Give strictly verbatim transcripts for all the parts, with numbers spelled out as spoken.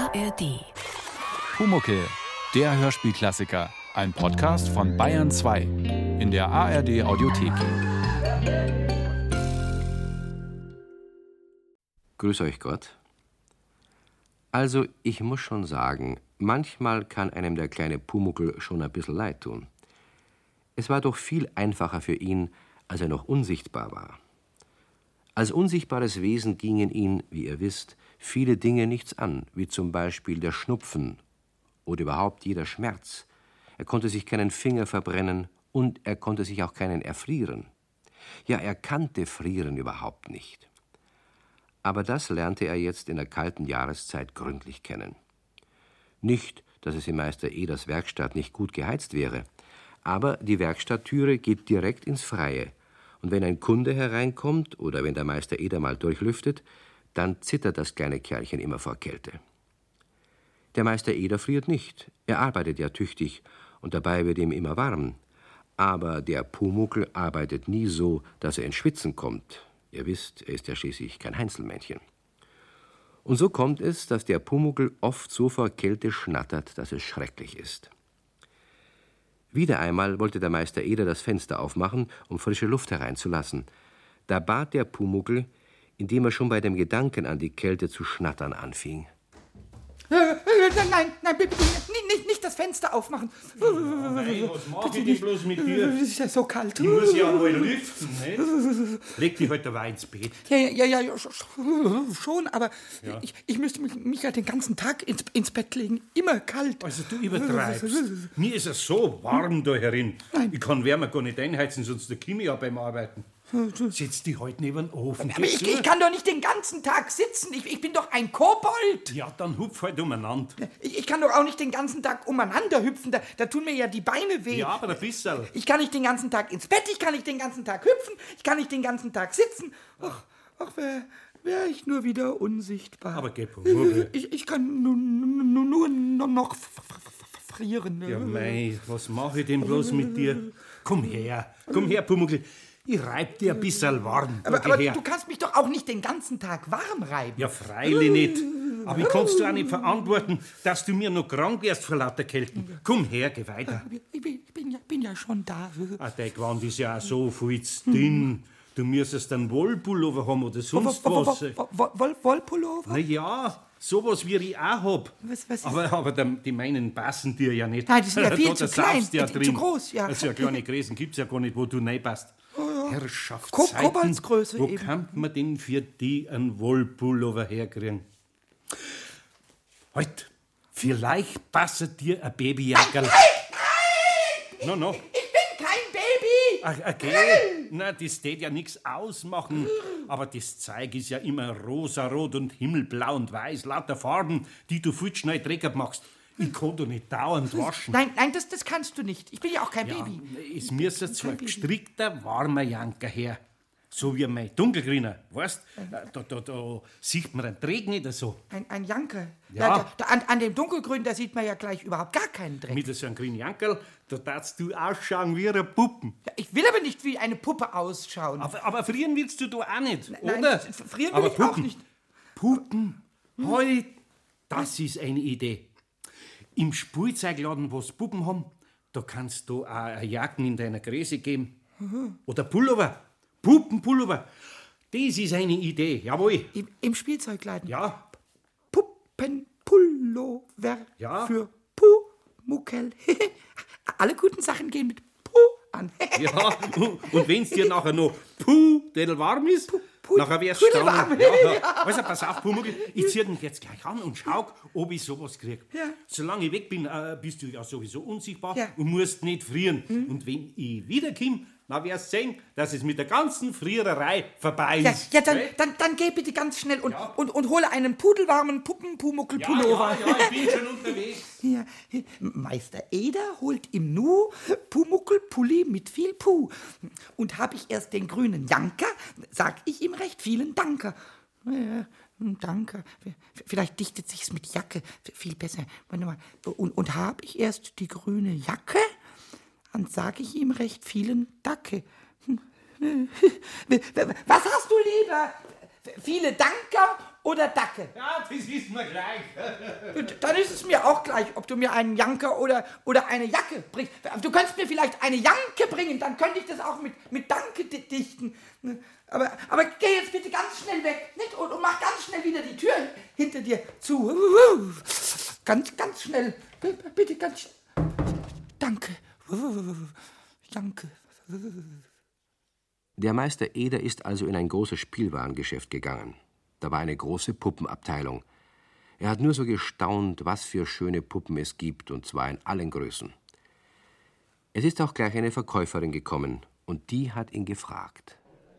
A R D. Pumuckl, der Hörspielklassiker. Ein Podcast von Bayern zwei in der A R D Audiothek. Grüß euch Gott. Also, ich muss schon sagen, manchmal kann einem der kleine Pumuckl schon ein bisschen leid tun. Es war doch viel einfacher für ihn, als er noch unsichtbar war. Als unsichtbares Wesen gingen ihn, wie ihr wisst, viele Dinge nichts an, wie zum Beispiel der Schnupfen oder überhaupt jeder Schmerz. Er konnte sich keinen Finger verbrennen und er konnte sich auch keinen erfrieren. Ja, er kannte Frieren überhaupt nicht. Aber das lernte er jetzt in der kalten Jahreszeit gründlich kennen. Nicht, dass es in Meister Eders Werkstatt nicht gut geheizt wäre, aber die Werkstatttüre geht direkt ins Freie. Und wenn ein Kunde hereinkommt oder wenn der Meister Eder mal durchlüftet, dann zittert das kleine Kerlchen immer vor Kälte. Der Meister Eder friert nicht, er arbeitet ja tüchtig und dabei wird ihm immer warm. Aber der Pumuckl arbeitet nie so, dass er ins Schwitzen kommt. Ihr wisst, er ist ja schließlich kein Heinzelmännchen. Und so kommt es, dass der Pumuckl oft so vor Kälte schnattert, dass es schrecklich ist. Wieder einmal wollte der Meister Eder das Fenster aufmachen, um frische Luft hereinzulassen. Da bat der Pumuckl, indem er schon bei dem Gedanken an die Kälte zu schnattern anfing. Nein, nein, bitte, nicht, nicht das Fenster aufmachen. Hey, was mach ich denn bloß mit dir? Es ist ja so kalt. Ich muss ja mal lüften, nicht? Leg dich heute dabei ins Bett. Ja, ja, ja, ja schon, aber Ja. ich, ich müsste mich, mich ja den ganzen Tag ins, ins Bett legen. Immer kalt. Also du übertreibst. Mir ist es so warm da herin. Nein. Ich kann Wärme gar nicht einheizen, sonst der Kimi ja beim Arbeiten. Setz dich heute neben den Ofen. Aber ich, ich kann doch nicht den ganzen Tag sitzen. Ich, ich bin doch ein Kobold. Ja, dann hupf halt umeinander. Ich, ich kann doch auch nicht den ganzen Tag umeinander hüpfen. Da, da tun mir ja die Beine weh. Ja, aber ein bisschen. Ich kann nicht den ganzen Tag ins Bett, ich kann nicht den ganzen Tag hüpfen, ich kann nicht den ganzen Tag sitzen. Ach, ach wäre wär ich nur wieder unsichtbar. Aber geh, Pumuckl. Ich, ich kann nur, nur, nur, nur noch f- f- f- frieren. Ja, mei, was mach ich denn bloß mit dir? Komm her, komm her, Pumuckl. Ich reib dir ein bisschen warm. Aber, Geh aber her. du kannst mich doch auch nicht den ganzen Tag warm reiben. Ja, freilich nicht. Aber ich kann's dir auch nicht verantworten, dass du mir noch krank wärst vor lauter Kälten. Komm her, geh weiter. Ich bin, ich bin, ja, bin ja schon da. Ah, dein Gewand ist ja auch so viel zu dünn. Du müsstest einen Wollpullover haben oder sonst was. Woll- Wollpullover? Na ja, sowas wie ich auch hab. Was- was ist- aber aber der, die meinen passen dir ja nicht. Nein, die sind ja viel Da- zu da klein, saufst du ja zu drin. groß, ja. Also ja, kleine Gräsen gibt's ja gar nicht, wo du reinpasst. Herrschaftszeiten, Ko- Koboldsgröße wo eben. kann man denn für die einen Wollpullover herkriegen? Halt, vielleicht passt dir ein Babyjackerl. No, no. Ich bin kein Baby! Ach, okay. Na, das tät ja nichts ausmachen. Aber das Zeug ist ja immer rosarot und himmelblau und weiß, lauter Farben, die du viel schnell dreckig machst. Ich kann doch nicht dauernd waschen. Nein, nein, das, das kannst du nicht. Ich bin ja auch kein Ja, Baby. es müsste zwar Baby. gestrickter, warmer Janker her. So wie mein dunkelgrüner, weißt? Da, da, da sieht man einen Dreck nicht so. Ein, ein Janker. Ja. Da, da, an, an dem Dunkelgrün, da sieht man ja gleich überhaupt gar keinen Dreck. Mit so einem grünen Jankerl, da darfst du ausschauen wie eine Puppen. Ja, ich will aber nicht wie eine Puppe ausschauen. Aber, aber frieren willst du da auch nicht, Nein, oder? f- frieren will aber ich Puppen, auch nicht. Puppen, halt, das ist eine Idee. Im Spielzeugladen, wo sie Puppen haben, da kannst du auch eine Jacken in deiner Größe geben. Oder Pullover, Puppenpullover. Das ist eine Idee, jawohl. Im, im Spielzeugladen. Ja, Puppenpullover Ja. für Pumuckl. Alle guten Sachen gehen mit Pu an. ja. Und wenn es dir nachher noch Puh, warm ist, Puh, nachher wär's pudelwarm. staunen. Ja, ja. Also pass auf, Pumuckl, ich zieh dich jetzt gleich an und schau, ob ich sowas krieg. Ja. Solange ich weg bin, äh, bist du ja sowieso unsichtbar Ja. und musst nicht frieren. Und wenn ich wiederkomme, dann wirst du sehen, dass es mit der ganzen Friererei vorbei Ja, ist. ja dann, Gell? dann, dann geh bitte ganz schnell und, Ja. und, und hole einen pudelwarmen ja, Puppen-Pumuckl-Pullover. ja, ja, ich bin schon unterwegs. Ja, Meister Eder holt im Nu Pumuckl-Pulli mit viel Puh. Und hab ich erst den grünen Janker, sag ich ihm recht vielen Danke. Ja, danke. Vielleicht dichtet sich's mit Jacke viel besser. Warte mal. Und, und hab ich erst die grüne Jacke, dann sag ich ihm recht vielen Danke. Was hast du lieber? Viele Danke oder Dacke? Ja, das ist mir gleich. Dann ist es mir auch gleich, ob du mir einen Janker oder, oder eine Jacke bringst. Du könntest mir vielleicht eine Janke bringen, dann könnte ich das auch mit, mit Danke dichten. Aber, aber geh jetzt bitte ganz schnell weg, nicht? Und, und mach ganz schnell wieder die Tür hinter dir zu. Ganz, ganz schnell. Bitte ganz schnell. Danke. Danke. Der Meister Eder ist also in ein großes Spielwarengeschäft gegangen. Da war eine große Puppenabteilung. Er hat nur so gestaunt, was für schöne Puppen es gibt, und zwar in allen Größen. Es ist auch gleich eine Verkäuferin gekommen, und die hat ihn gefragt.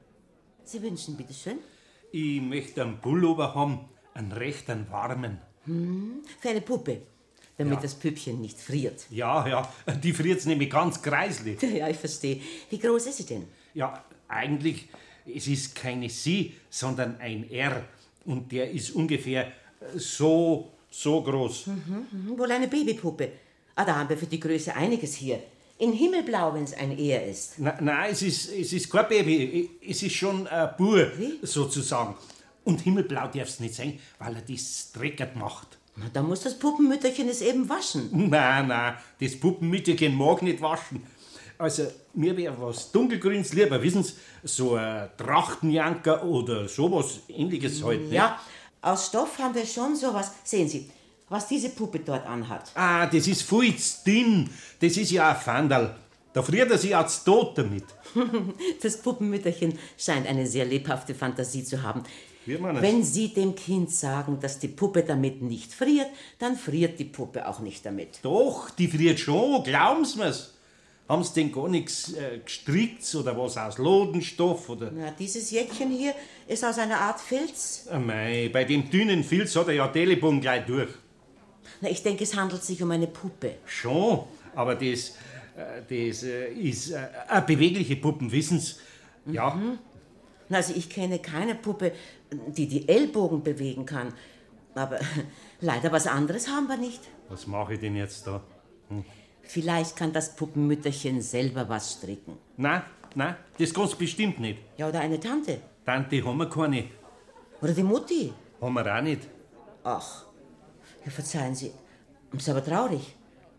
Sie wünschen, bitteschön? Ich möchte einen Pullover haben, einen recht einen warmen. Hm, für eine Puppe, damit Ja. das Püppchen nicht friert. Ja, ja, die friert nämlich ganz kreislich. Ja, ich verstehe. Wie groß ist sie denn? Ja, eigentlich, es ist keine Sie, sondern ein R. Und der ist ungefähr so, so groß. Mhm, wohl eine Babypuppe. Ah, da haben wir für die Größe einiges hier. In Himmelblau, wenn es ein Er ist. Na, nein, es ist, es ist kein Baby, es ist schon ein Bur, Wie? sozusagen. Und himmelblau darf es nicht sein, weil er das dreckert macht. Na, da muss das Puppenmütterchen es eben waschen. Nein, nein, das Puppenmütterchen mag nicht waschen. Also, mir wäre was Dunkelgrünes lieber, wissen Sie, so ein Trachtenjanker oder sowas Ähnliches halt. Nicht? Ja, aus Stoff haben wir schon sowas. Sehen Sie, was diese Puppe dort anhat. Ah, das ist viel zu dünn. Das ist ja ein Fandal. Da friert er sich auch zu Tod damit. Das Puppenmütterchen scheint eine sehr lebhafte Fantasie zu haben. Wie man es- Wenn Sie dem Kind sagen, dass die Puppe damit nicht friert, dann friert die Puppe auch nicht damit. Doch, die friert schon, glauben Sie mir's. Haben Sie denn gar nichts äh, gestrickt oder was aus Lodenstoff oder... Na, dieses Jäckchen hier ist aus einer Art Filz. Ah, mei, bei dem dünnen Filz hat er ja Telefon gleich durch. Na, ich denke, es handelt sich um eine Puppe. Schon, aber das, äh, das äh, ist äh, eine bewegliche Puppen, wissen Sie. Ja, Na, Also ich kenne keine Puppe, die die Ellbogen bewegen kann. Aber leider was anderes haben wir nicht. was mache ich denn jetzt da? Vielleicht kann das Puppenmütterchen selber was stricken. Nein, nein, das kannst du bestimmt nicht. Ja, oder eine Tante. Tante haben wir keine. Oder die Mutti. Haben wir auch nicht. Ach, ja, verzeihen Sie. Ist aber traurig.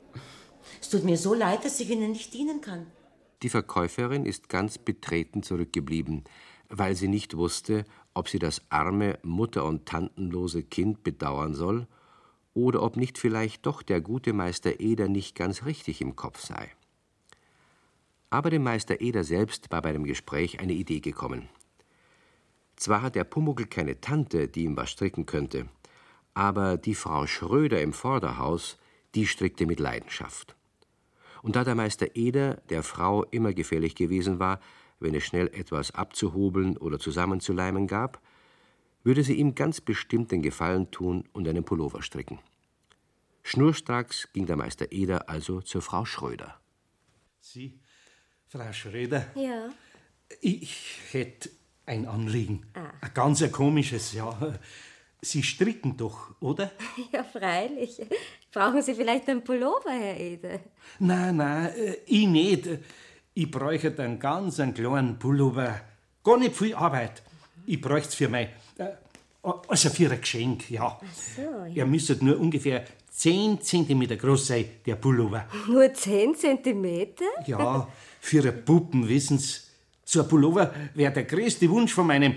Es tut mir so leid, dass ich Ihnen nicht dienen kann. Die Verkäuferin ist ganz betreten zurückgeblieben, weil sie nicht wusste, ob sie das arme, mutter- und tantenlose Kind bedauern soll oder ob nicht vielleicht doch der gute Meister Eder nicht ganz richtig im Kopf sei. Aber dem Meister Eder selbst war bei dem Gespräch eine Idee gekommen. Zwar hat der Pumuckl keine Tante, die ihm was stricken könnte, aber die Frau Schröder im Vorderhaus, die strickte mit Leidenschaft. Und da der Meister Eder der Frau immer gefällig gewesen war, wenn es schnell etwas abzuhobeln oder zusammenzuleimen gab, würde sie ihm ganz bestimmt den Gefallen tun und einen Pullover stricken. Schnurstracks ging der Meister Eder also zur Frau Schröder. Sie, Frau Schröder, Ja, ich hätte ein Anliegen. Ah. Ein ganz ein komisches, ja. Sie stricken doch, oder? ja, freilich. Brauchen Sie vielleicht einen Pullover, Herr Ede? Nein, nein, äh, ich nicht. Ich bräuchte einen ganz einen kleinen Pullover. Gar nicht viel Arbeit. Ich bräuchte es für mein, äh, also für ein Geschenk, ja. Ach so, ja. Er müsste nur ungefähr zehn Zentimeter groß sein, der Pullover. Nur zehn Zentimeter? Ja, für eine Puppen, wissen Sie. So ein Pullover wäre der größte Wunsch von meinem,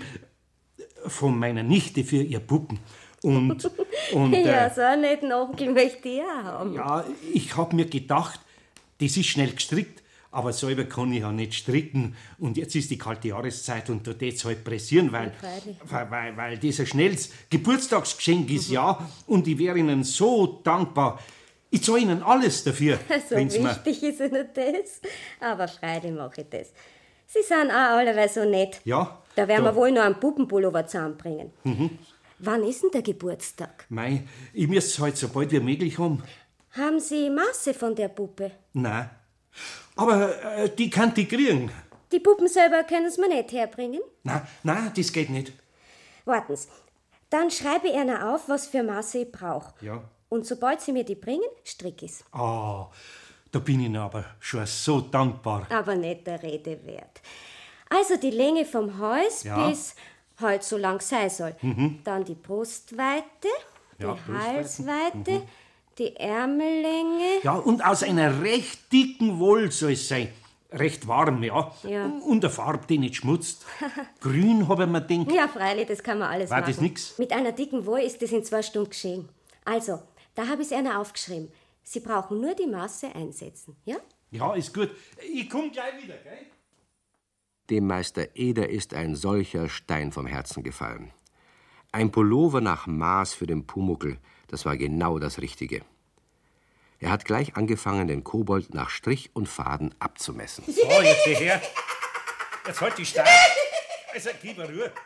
von meiner Nichte für ihr Puppen. Und, und Ja, äh, so einen netten Onkel möchte ich auch haben. ja, ich hab mir gedacht, das ist schnell gestrickt, aber selber kann ich ja nicht stricken. Und jetzt ist die kalte Jahreszeit und da tät's halt pressieren, weil, freilich. weil, weil, weil das ein schnelles Geburtstagsgeschenk ist, ja. Und ich wäre Ihnen so dankbar. Ich zahle Ihnen alles dafür. So wenn's mir- wichtig ist Ihnen das. Aber freilich mache ich das. Sie sind auch alleweil so nett. Ja. Da werden da- wir wohl noch einen Puppenpullover zusammenbringen. Wann ist denn der Geburtstag? Mei, ich müsste es halt so bald wie möglich haben. Haben Sie Masse von der Puppe? Nein. Aber äh, die kann die kriegen. Die Puppen selber können es mir nicht herbringen? Nein, nein, das geht nicht. Warten Sie. Dann schreibe ich Ihnen auf, was für Masse ich brauche. Ja. Und sobald Sie mir die bringen, stricke ich's. Ah, da bin ich Ihnen aber schon so dankbar. Aber nicht der Rede wert. Also die Länge vom Hals Ja. bis, halt so lang sein soll. Mhm. Dann die Brustweite, Ja, die Brustweite. Halsweite, Mhm. die Ärmellänge. Ja, und aus einer recht dicken Wolle soll es sein. Recht warm, ja. Ja. Und eine Farbe, die nicht schmutzt. Grün, habe ich mir gedacht. Ja, freilich, das kann man alles War machen. das nix? Mit einer dicken Wolle ist das in zwei Stunden geschehen. Also, da habe ich es einer aufgeschrieben. Sie brauchen nur die Maße einsetzen, ja? Ja, ist gut. Ich komm gleich wieder, gell? Dem Meister Eder ist ein solcher Stein vom Herzen gefallen. Ein Pullover nach Maß für den Pumuckl, das war genau das Richtige. Er hat gleich angefangen, den Kobold nach Strich und Faden abzumessen. So, jetzt her. Jetzt halt die Steine. Also, gib mir Ruhe.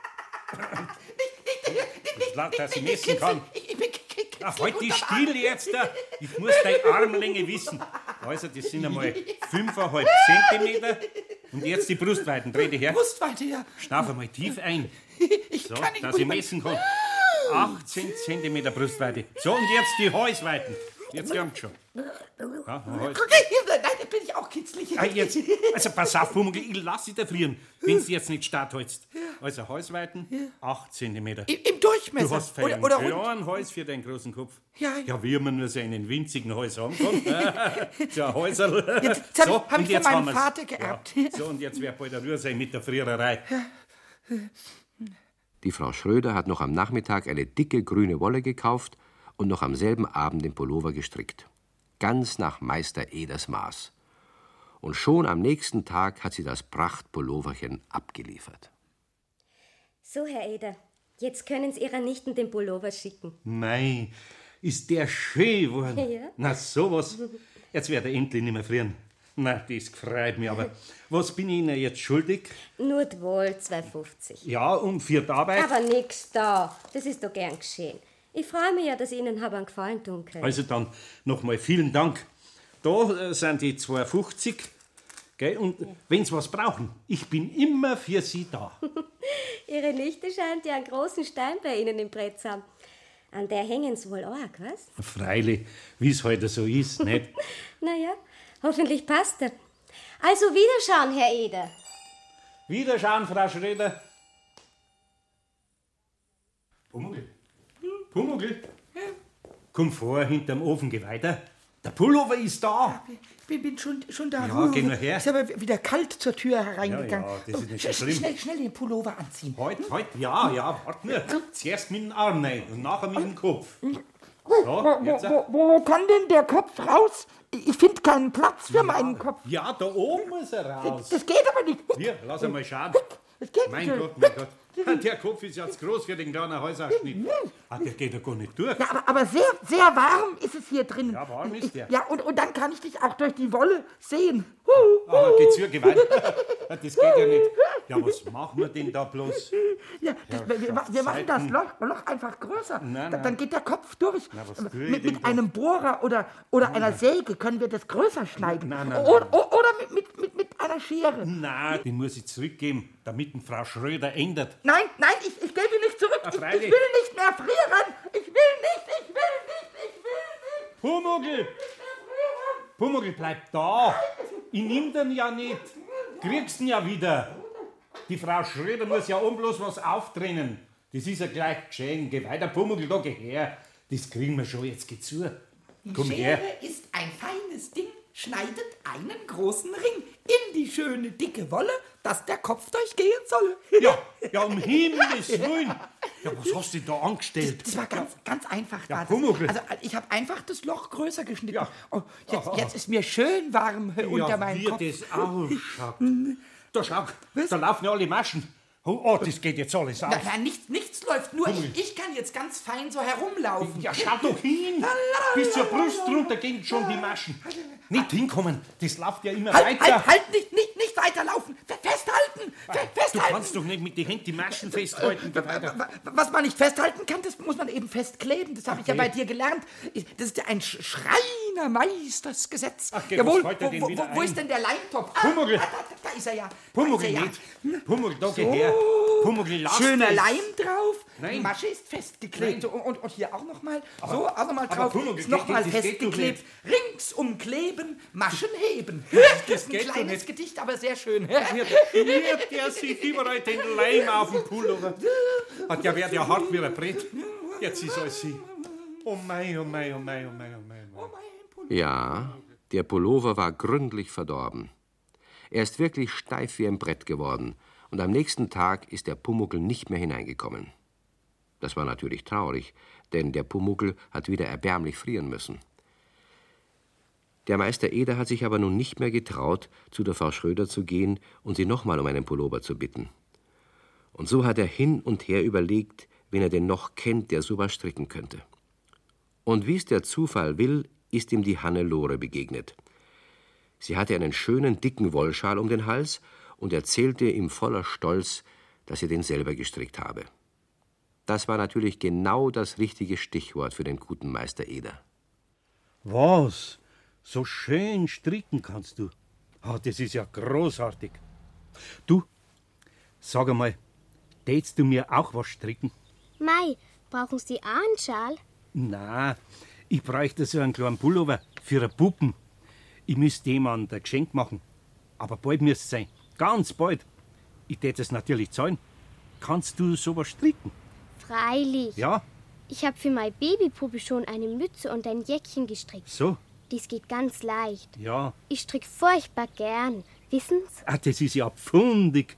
Ich laut, dass ich messen kann. Ach, halt die still jetzt. Da. Ich muss deine Armlänge wissen. Also, das sind einmal fünfeinhalb Zentimeter. Und jetzt die Brustweiten. Dreh dich her. Brustweite, ja. Schnauf einmal tief ein. Ich So, kann nicht dass ich messen kann. achtzehn Zentimeter Brustweite. So, und jetzt die Halsweiten. Jetzt haben schon. Ja, Hals. Guck, nein, da bin ich auch kitzlig. Ah, jetzt, also pass auf, Pumuckl, ich lass dich da frieren, wenn du jetzt nicht stark hältst. Also Halsweiten, acht Zentimeter. Im, Im Durchmesser. Du hast für oder, einen oder rund. kleinen Hals für deinen großen Kopf. Ja, ja. Ja, wie man nur so einen winzigen Hals haben kann. So ein Häuserl. Jetzt, jetzt So, hab, hab und ich von jetzt meinem haben wir's. Vater geerbt. Ja. So, und jetzt wird bald eine Ruhe sein mit der Friererei. Die Frau Schröder hat noch am Nachmittag eine dicke grüne Wolle gekauft und noch am selben Abend den Pullover gestrickt. Ganz nach Meister Eders Maß. Und schon am nächsten Tag hat sie das Prachtpulloverchen abgeliefert. So, Herr Eder, jetzt können Sie Ihrer Nichten den Pullover schicken. Mei, ist der schön geworden. Ja. Na, sowas. Jetzt wird er endlich nicht mehr frieren. Na, das freut mich aber. Was bin ich Ihnen jetzt schuldig? Nur die Wohl, zwei fünfzig. Ja, und für die Arbeit? Aber nix da, das ist doch gern geschehen. Ich freue mich ja, dass ich Ihnen hab einen Gefallen tun können. Also dann nochmal vielen Dank. Da äh, sind die zwei fünfzig. Gell? Und wenn Sie was brauchen, ich bin immer für Sie da. Ihre Nichte scheint ja einen großen Stein bei Ihnen im Brett zu haben. An der hängen Sie wohl arg, was? Freilich, wie es heute so ist, nicht? Naja, hoffentlich passt er. Also wiederschauen, Herr Eder. Wiederschauen, Frau Schröder. Pumuckl. Pumuckl. Komm vor, hinterm Ofen, geh weiter. Der Pullover ist da. Ich bin, bin schon, schon da. Ja, geh nur her. Ist aber wieder kalt zur Tür hereingegangen. Ja, ja, das ist nicht so Oh, schlimm. Schnell, schnell den Pullover anziehen. Heute, heute, ja, ja, warte nur. Zuerst mit dem Arm rein und nachher mit dem Kopf. So, jetzt. Wo, wo kann denn der Kopf raus? Ich finde keinen Platz für meinen Kopf. Ja, da oben muss er raus. Das geht aber nicht. Hier, lass einmal schauen. Das geht Mein nicht. Gott, mein Gott. Der Kopf ist ja zu groß für den kleinen Halsausschnitt. Ah, der geht ja gar nicht durch. Ja, aber, aber sehr, sehr warm ist es hier drin. Ja, warm ist der. Ja, und, und dann kann ich dich auch durch die Wolle sehen. Huh, Ah, geht zu, geh weiter. Das geht ja nicht. Ja, was machen wir denn da bloß? Ja, das, wir, wir, wir machen das Loch, Loch einfach größer. Nein, Da- nein. Dann geht der Kopf durch. Na, was tue ich mit denn mit da? einem Bohrer oder, oder einer Säge können wir das größer schneiden. Nein, nein, O- o- Oder mit, mit, mit, mit einer Schere. Na, den muss ich zurückgeben, damit ihn Frau Schröder ändert. Nein, nein, ich, ich gebe ihn nicht zurück. Ah, Ich, ich freilich. will nicht mehr frieren. Ich will nicht, ich will nicht, ich will nicht. Pumuckl! Pumuckl, bleib da! Ich nimm den ja nicht. Kriegst ihn ja wieder. Die Frau Schröder muss ja oben bloß was auftrennen. Das ist ja gleich geschehen. Geh weiter, Pumuckl, da geh her. Das kriegen wir schon, jetzt geh zu. Komm her. ist ein feines Ding, schneidet einen großen Ring in die schöne dicke Wolle, dass der Kopf durchgehen soll. Ja, ja, um Himmels Willen. Ja, was hast du denn da angestellt? Das war ganz, ganz einfach. Ja, war das. Pumuckl. Also ich habe einfach das Loch größer geschnitten. Ja. Oh, jetzt, jetzt ist mir schön warm äh, unter Ja, meinem wie Kopf. das ausschaut. Da schau, da laufen ja alle Maschen. Oh, oh, das geht jetzt alles auf. Nein, nein, nichts, nichts läuft, nur ich, ich kann jetzt ganz fein so herumlaufen. Ja, schau doch hin. Bis zur Brust runter gehen schon die Maschen. Nicht hinkommen, das läuft ja immer Halt, weiter. halt, halt, nicht, nicht, nicht weiterlaufen. Fe- Festhalten, Fe- Du festhalten. kannst doch nicht mit den Händen die Maschen festhalten. Geh weiter. Wa- Was man nicht festhalten kann, das muss man eben festkleben. Das habe ich ja Okay. bei dir gelernt. Ich- Das ist ja ein Sch- Schreinermeistersgesetz. Ach, geh, Jawohl, was fällt dir wo, denn wo, wieder wo ein? ist denn der Leintopf? Ah, Pumuckl. da, da, da ist er ja. Da Pumuckl ist er ja. nicht. Pumuckl, da geh her. Pumuckl, lass schöner das. Leim drauf. Nein. Die Masche ist festgeklebt. Und, und, und hier auch nochmal. So, auch nochmal aber drauf. Pumuckl, Ist nochmal das geht doch festgeklebt. Ringsum kleben, Maschen heben. Das Das ist ein geht doch kleines nicht. Gedicht, aber sehr schön. Wird der sich überall den Leim auf den Pullover. Hat der wird ja hart wie ein Brett. Jetzt ist alles sie. Oh mei, oh mei, oh mei, oh mei, oh mei. Oh mei. Ja, der Pullover war gründlich verdorben. Er ist wirklich steif wie ein Brett geworden und am nächsten Tag ist der Pumuckl nicht mehr hineingekommen. Das war natürlich traurig, denn der Pumuckl hat wieder erbärmlich frieren müssen. Der Meister Eder hat sich aber nun nicht mehr getraut, zu der Frau Schröder zu gehen und sie nochmal um einen Pullover zu bitten. Und so hat er hin und her überlegt, wen er denn noch kennt, der so was stricken könnte. Und wie es der Zufall will, ist ihm die Hannelore begegnet. Sie hatte einen schönen, dicken Wollschal um den Hals und erzählte ihm voller Stolz, dass sie den selber gestrickt habe. Das war natürlich genau das richtige Stichwort für den guten Meister Eder. Was? So schön stricken kannst du. Ah, das ist ja großartig. Du, sag einmal, tätst du mir auch was stricken? Mei, brauchen Sie auch einen Schal? Na, ich bräuchte so einen kleinen Pullover für eine Puppen. Ich müsste jemand ein Geschenk machen. Aber bald müsste es sein. Ganz bald. Ich täte es natürlich zahlen. Kannst du sowas stricken? Freilich. Ja, Ich habe für meine Babypuppe schon eine Mütze und ein Jäckchen gestrickt. so, Dies geht ganz leicht. ja. Ich stricke furchtbar gern. Wissen's? Ah, das ist ja pfundig.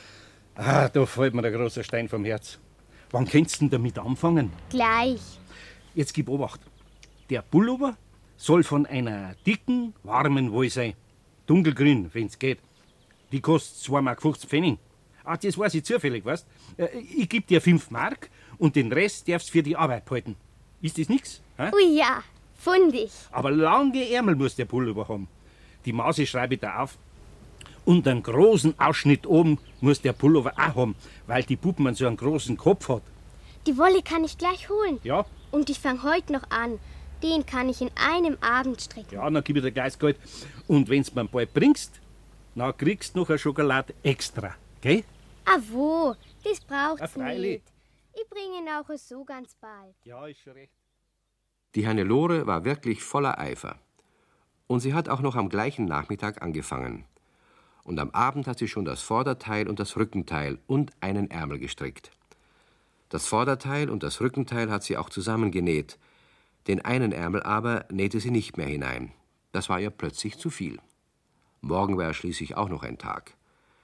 Ah, da fällt mir der große Stein vom Herz. Wann könntest du denn damit anfangen? Gleich. Jetzt gib Obacht. Der Pullover soll von einer dicken, warmen Wolle sein. Dunkelgrün, wenn's geht. Die kostet zwei Mark fünfzig Pfennig. Ah, das weiß ich zufällig, weißt? Äh, Ich geb dir fünf Mark und den Rest darfst für die Arbeit behalten. Ist das nix? Hä? Ui ja, fundig. Aber lange Ärmel muss der Pullover haben. Die Maße schreibe ich da auf. Und einen großen Ausschnitt oben muss der Pullover auch haben, weil die Puppen so einen großen Kopf hat. Die Wolle kann ich gleich holen. Ja, Und ich fange heute noch an. Den kann ich in einem Abend stricken. ja, dann gib ich dir gleich das Geld. Und wenn's mir bald bringst, dann kriegst du noch eine Schokolade extra. Gell? Ah wo, das Ah, braucht's freilich. nicht. Ich bringe ihn auch so ganz bald. Ja, ist schon recht. Die Hannelore war wirklich voller Eifer. Und sie hat auch noch am gleichen Nachmittag angefangen. Und am Abend hat sie schon das Vorderteil und das Rückenteil und einen Ärmel gestrickt. Das Vorderteil und das Rückenteil hat sie auch zusammengenäht. Den einen Ärmel aber nähte sie nicht mehr hinein. Das war ihr plötzlich zu viel. Morgen war schließlich auch noch ein Tag.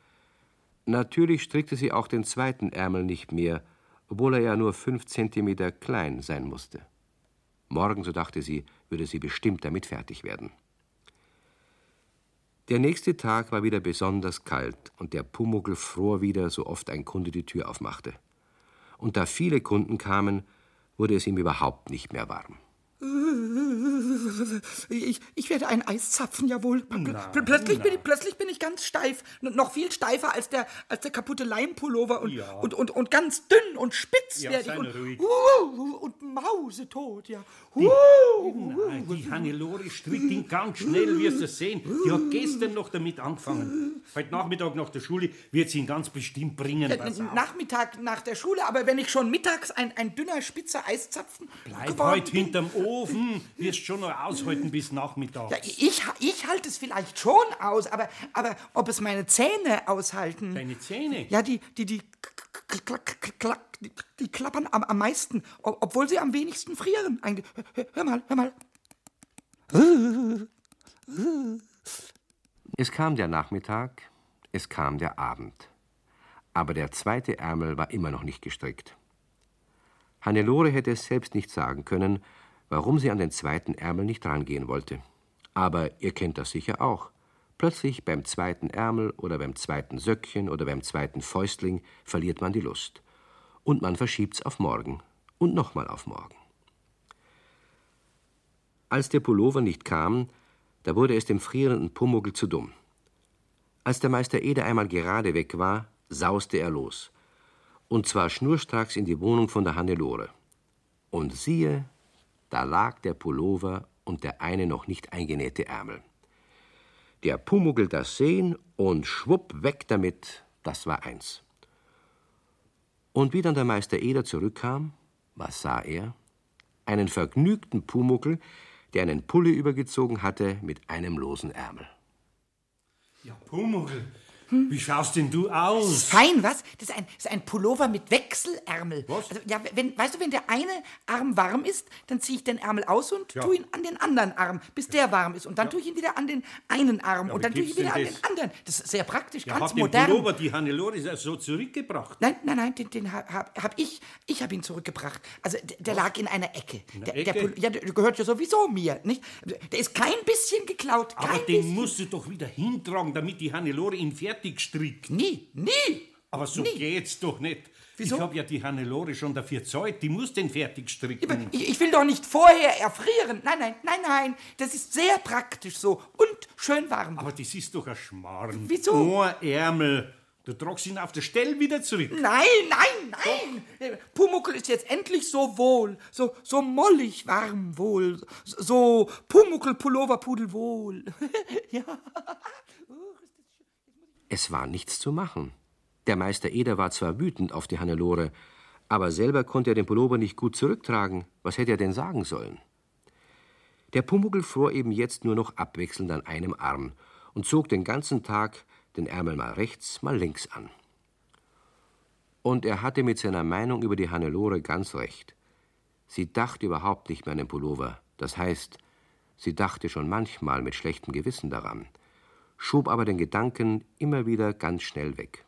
Natürlich strickte sie auch den zweiten Ärmel nicht mehr, obwohl er ja nur fünf Zentimeter klein sein musste. Morgen, so dachte sie, würde sie bestimmt damit fertig werden. Der nächste Tag war wieder besonders kalt und der Pumuckl fror wieder, so oft ein Kunde die Tür aufmachte. Und da viele Kunden kamen, wurde es ihm überhaupt nicht mehr warm. Ich, ich werde ein Eis zapfen, jawohl. Pl pl plötzlich, bin ich, plötzlich bin ich ganz steif. N noch viel steifer als der, als der kaputte Leimpullover. Und, Ja. und, und, und ganz dünn und spitz Ja, werde sei ich. nur Und, ruhig. uh, und mausetot, ja. Uh, Nein, die Hannelore strickt ihn ganz schnell, wirst du sehen. Die hat gestern noch damit angefangen. Heute Nachmittag nach der Schule wird sie ihn ganz bestimmt bringen. äh, Pass auf. Nachmittag nach der Schule, aber wenn ich schon mittags ein, ein dünner, spitzer Eiszapfen Bleib geworden heute bin- hinterm Ofen, wirst schon noch aushalten bis Nachmittag. Ja, ich, ich halte es vielleicht schon aus, aber, aber ob es meine Zähne aushalten? Deine Zähne? Ja, die, die, die, k- k- k- k- die, die klappern am, am meisten, ob- obwohl sie am wenigsten frieren. Eigentlich. Hör, hör mal, hör mal. Es kam der Nachmittag, es kam der Abend. Aber der zweite Ärmel war immer noch nicht gestrickt. Hannelore hätte es selbst nicht sagen können, warum sie an den zweiten Ärmel nicht rangehen wollte. Aber ihr kennt das sicher auch. Plötzlich beim zweiten Ärmel oder beim zweiten Söckchen oder beim zweiten Fäustling verliert man die Lust. Und man verschiebt's auf morgen und nochmal auf morgen. Als der Pullover nicht kam, da wurde es dem frierenden Pumuckl zu dumm. Als der Meister Eder einmal gerade weg war, sauste er los. Und zwar schnurstracks in die Wohnung von der Hannelore. Und siehe, da lag der Pullover und der eine noch nicht eingenähte Ärmel. Der Pumuckl das sehen und schwupp weg damit, das war eins. Und wie dann der Meister Eder zurückkam, was sah er? Einen vergnügten Pumuckl, der einen Pulli übergezogen hatte mit einem losen Ärmel. Ja, Pumuckl, hm? Wie schaust denn du aus? Fein, was? Das ist ein, das ist ein Pullover mit Wechselärmel. Was? Also, ja, wenn, weißt du, wenn der eine Arm warm ist, dann ziehe ich den Ärmel aus und ja. tue ihn an den anderen Arm, bis der warm ist. Und dann ja. tue ich ihn wieder an den einen Arm ja, und dann tue ich ihn wieder an das? den anderen. Das ist sehr praktisch, ja, ganz hat modern. Den Pullover die Hannelore so zurückgebracht? Nein, nein, nein, den, den habe hab ich, ich habe ihn zurückgebracht. Also der, der lag in einer Ecke. In der, Ecke? Der, Pull- ja, der gehört ja sowieso mir, nicht? Der ist kein bisschen geklaut, kein Aber den bisschen. musst du doch wieder hintragen, damit die Hannelore ihn fertig strickt. Nie, nie. Aber so nie. geht's doch nicht. Wieso? Ich hab ja die Hannelore schon dafür zahlt, die muss den fertig stricken. Aber ich, ich will doch nicht vorher erfrieren. Nein, nein, nein, nein. Das ist sehr praktisch so und schön warm. Aber das ist doch ein Schmarrn. Wieso? Ein Ärmel. Du tragst ihn auf der Stelle wieder zurück. Nein, nein, nein. Pumuckl ist jetzt endlich so wohl, so, so mollig warm wohl, so Pumuckl Pullover pudelwohl. Ja. Es war nichts zu machen. Der Meister Eder war zwar wütend auf die Hannelore, aber selber konnte er den Pullover nicht gut zurücktragen. Was hätte er denn sagen sollen? Der Pumuckl fror eben jetzt nur noch abwechselnd an einem Arm und zog den ganzen Tag den Ärmel mal rechts, mal links an. Und er hatte mit seiner Meinung über die Hannelore ganz recht. Sie dachte überhaupt nicht mehr an den Pullover. Das heißt, sie dachte schon manchmal mit schlechtem Gewissen daran, schob aber den Gedanken immer wieder ganz schnell weg.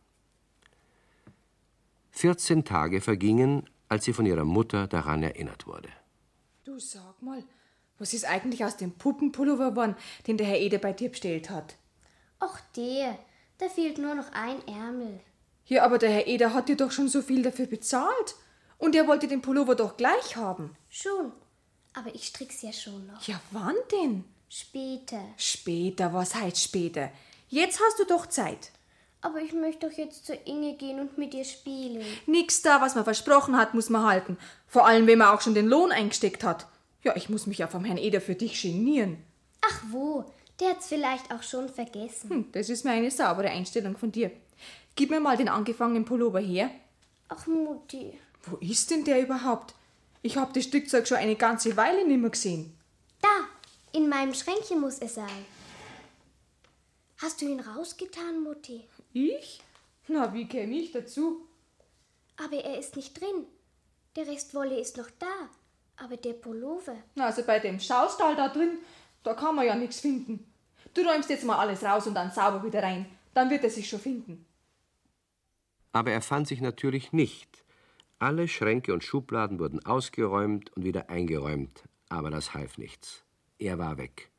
Vierzehn Tage vergingen, als sie von ihrer Mutter daran erinnert wurde. Du, sag mal, was ist eigentlich aus dem Puppenpullover geworden, den der Herr Eder bei dir bestellt hat? Ach der, da fehlt nur noch ein Ärmel. Ja, aber der Herr Eder hat dir doch schon so viel dafür bezahlt. Und er wollte den Pullover doch gleich haben. Schon, aber ich strick's ja schon noch. Ja, wann denn? Später. Später, was heißt später? Jetzt hast du doch Zeit. Aber ich möchte doch jetzt zu Inge gehen und mit ihr spielen. Nix da, was man versprochen hat, muss man halten. Vor allem, wenn man auch schon den Lohn eingesteckt hat. Ja, ich muss mich ja vom Herrn Eder für dich genieren. Ach wo, der hat's vielleicht auch schon vergessen. Hm, das ist mir eine saubere Einstellung von dir. Gib mir mal den angefangenen Pullover her. Ach Mutti. Wo ist denn der überhaupt? Ich hab das Stückzeug schon eine ganze Weile nicht mehr gesehen. Da, in meinem Schränkchen muss es sein. Hast du ihn rausgetan, Mutti? Ich? Na, wie käme ich dazu? Aber er ist nicht drin. Der Rest Wolle ist noch da. Aber der Pullover... Na, also bei dem Schaustall da drin, da kann man ja nichts finden. Du räumst jetzt mal alles raus und dann sauber wieder rein. Dann wird er sich schon finden. Aber er fand sich natürlich nicht. Alle Schränke und Schubladen wurden ausgeräumt und wieder eingeräumt. Aber das half nichts. Er war weg.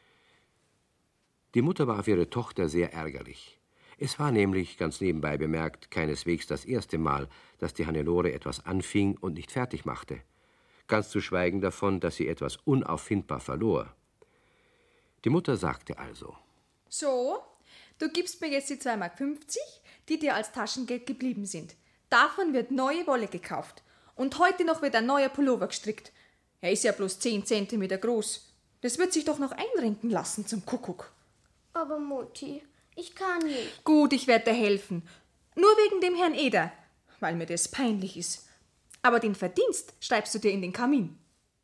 Die Mutter war auf ihre Tochter sehr ärgerlich. Es war nämlich, ganz nebenbei bemerkt, keineswegs das erste Mal, dass die Hannelore etwas anfing und nicht fertig machte. Ganz zu schweigen davon, dass sie etwas unauffindbar verlor. Die Mutter sagte also: So, du gibst mir jetzt die zwei Mark fünfzig, die dir als Taschengeld geblieben sind. Davon wird neue Wolle gekauft. Und heute noch wird ein neuer Pullover gestrickt. Er ist ja bloß zehn Zentimeter groß. Das wird sich doch noch einrenken lassen zum Kuckuck. Aber Mutti, ich kann nicht. Gut, ich werde dir helfen. Nur wegen dem Herrn Eder, weil mir das peinlich ist. Aber den Verdienst schreibst du dir in den Kamin.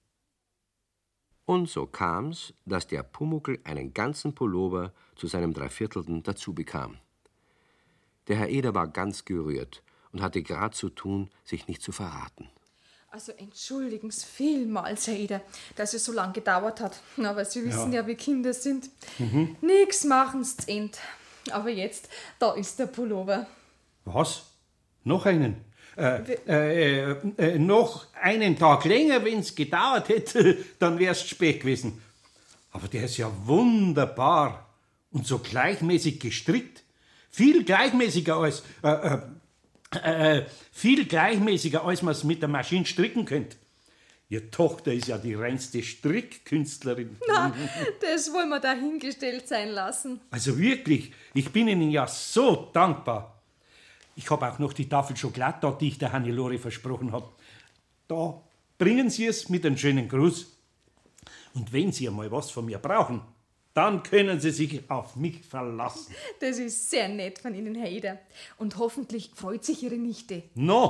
Und so kam's, dass der Pumuckl einen ganzen Pullover zu seinem Dreiviertelten dazu bekam. Der Herr Eder war ganz gerührt und hatte grad zu tun, sich nicht zu verraten. Also entschuldigen Sie vielmals, Herr Eder, dass es so lange gedauert hat. Aber Sie wissen ja, ja wie Kinder sind. Mhm. Nix machen's zu End. Aber jetzt, da ist der Pullover. Was? Noch einen? Äh, äh, äh, noch einen Tag länger, wenn's gedauert hätte, dann wär's spät gewesen. Aber der ist ja wunderbar und so gleichmäßig gestrickt. Viel gleichmäßiger als... Äh, äh, Äh, viel gleichmäßiger, als man es mit der Maschine stricken könnte. Ihre Tochter ist ja die reinste Strickkünstlerin. Na, das wollen wir dahingestellt sein lassen. Also wirklich, ich bin Ihnen ja so dankbar. Ich habe auch noch die Tafel Schokolade da, die ich der Hannelore versprochen habe. Da bringen Sie es mit einem schönen Gruß. Und wenn Sie einmal was von mir brauchen, dann können Sie sich auf mich verlassen. Das ist sehr nett von Ihnen, Herr Eder. Und hoffentlich freut sich Ihre Nichte. No,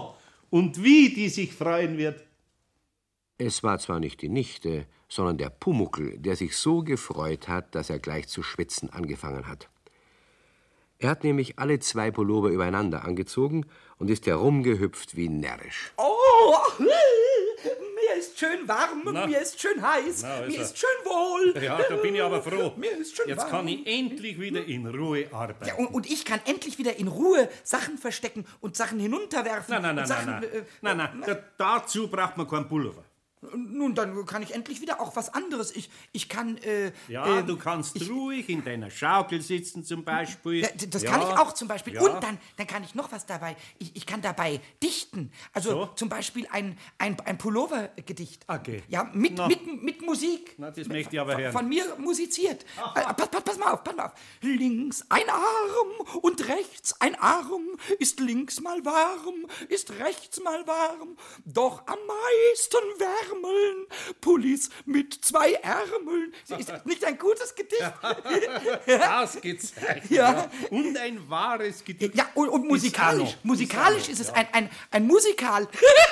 Und wie die sich freuen wird. Es war zwar nicht die Nichte, sondern der Pumuckl, der sich so gefreut hat, dass er gleich zu schwitzen angefangen hat. Er hat nämlich alle zwei Pullover übereinander angezogen und ist herumgehüpft wie närrisch. Oh, mir ist schön warm, Na. mir ist schön heiß, Na, also. mir ist schön wohl. Ja, da bin ich aber froh. Mir ist schön Jetzt warm. kann ich endlich wieder in Ruhe arbeiten. Ja, und, und ich kann endlich wieder in Ruhe Sachen verstecken und Sachen hinunterwerfen. Nein, nein, und nein, Sachen, nein, nein. Äh, nein, nein. Da, dazu braucht man keinen Pullover. Nun, dann kann ich endlich wieder auch was anderes. Ich, ich kann... Äh, Ja, äh, du kannst ich, ruhig in deiner Schaukel sitzen zum Beispiel. Ja, das ja. kann ich auch zum Beispiel. Ja. Und dann, dann kann ich noch was dabei. Ich, ich kann dabei dichten. Also So? zum Beispiel ein, ein, ein Pullover-Gedicht. Okay. Ja, mit, Na. mit, mit Musik. Na, das Mit- möchte ich aber von, hören. von mir musiziert. Äh, pass, pass, pass mal auf, pass mal auf. Links ein Arm und rechts ein Arm. Ist links mal warm, ist rechts mal warm. Doch am meisten wärmeln Pullis mit zwei Ärmeln. Ist das nicht ein gutes Gedicht? Ausgezeichnet. Ja. Ja. Und ein wahres Gedicht. Ja, und, und musikalisch, Ist auch noch. musikalisch ist es ein, ein, ein Musikal.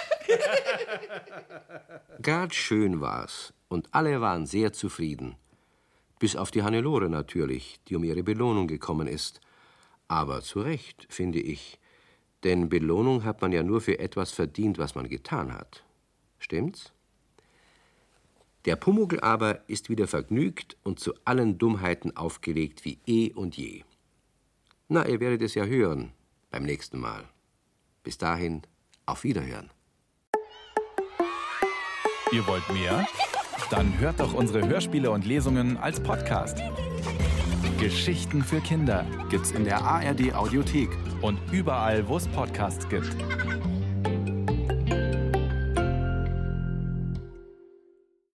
Grad schön war's und alle waren sehr zufrieden. Bis auf die Hannelore natürlich, die um ihre Belohnung gekommen ist. Aber zu Recht, finde ich. Denn Belohnung hat man ja nur für etwas verdient, was man getan hat. Stimmt's? Der Pumuckl aber ist wieder vergnügt und zu allen Dummheiten aufgelegt wie eh und je. Na, ihr werdet es ja hören beim nächsten Mal. Bis dahin, auf Wiederhören. Ihr wollt mehr? Dann hört doch unsere Hörspiele und Lesungen als Podcast. Geschichten für Kinder gibt's in der A R D Audiothek und überall, wo es Podcasts gibt.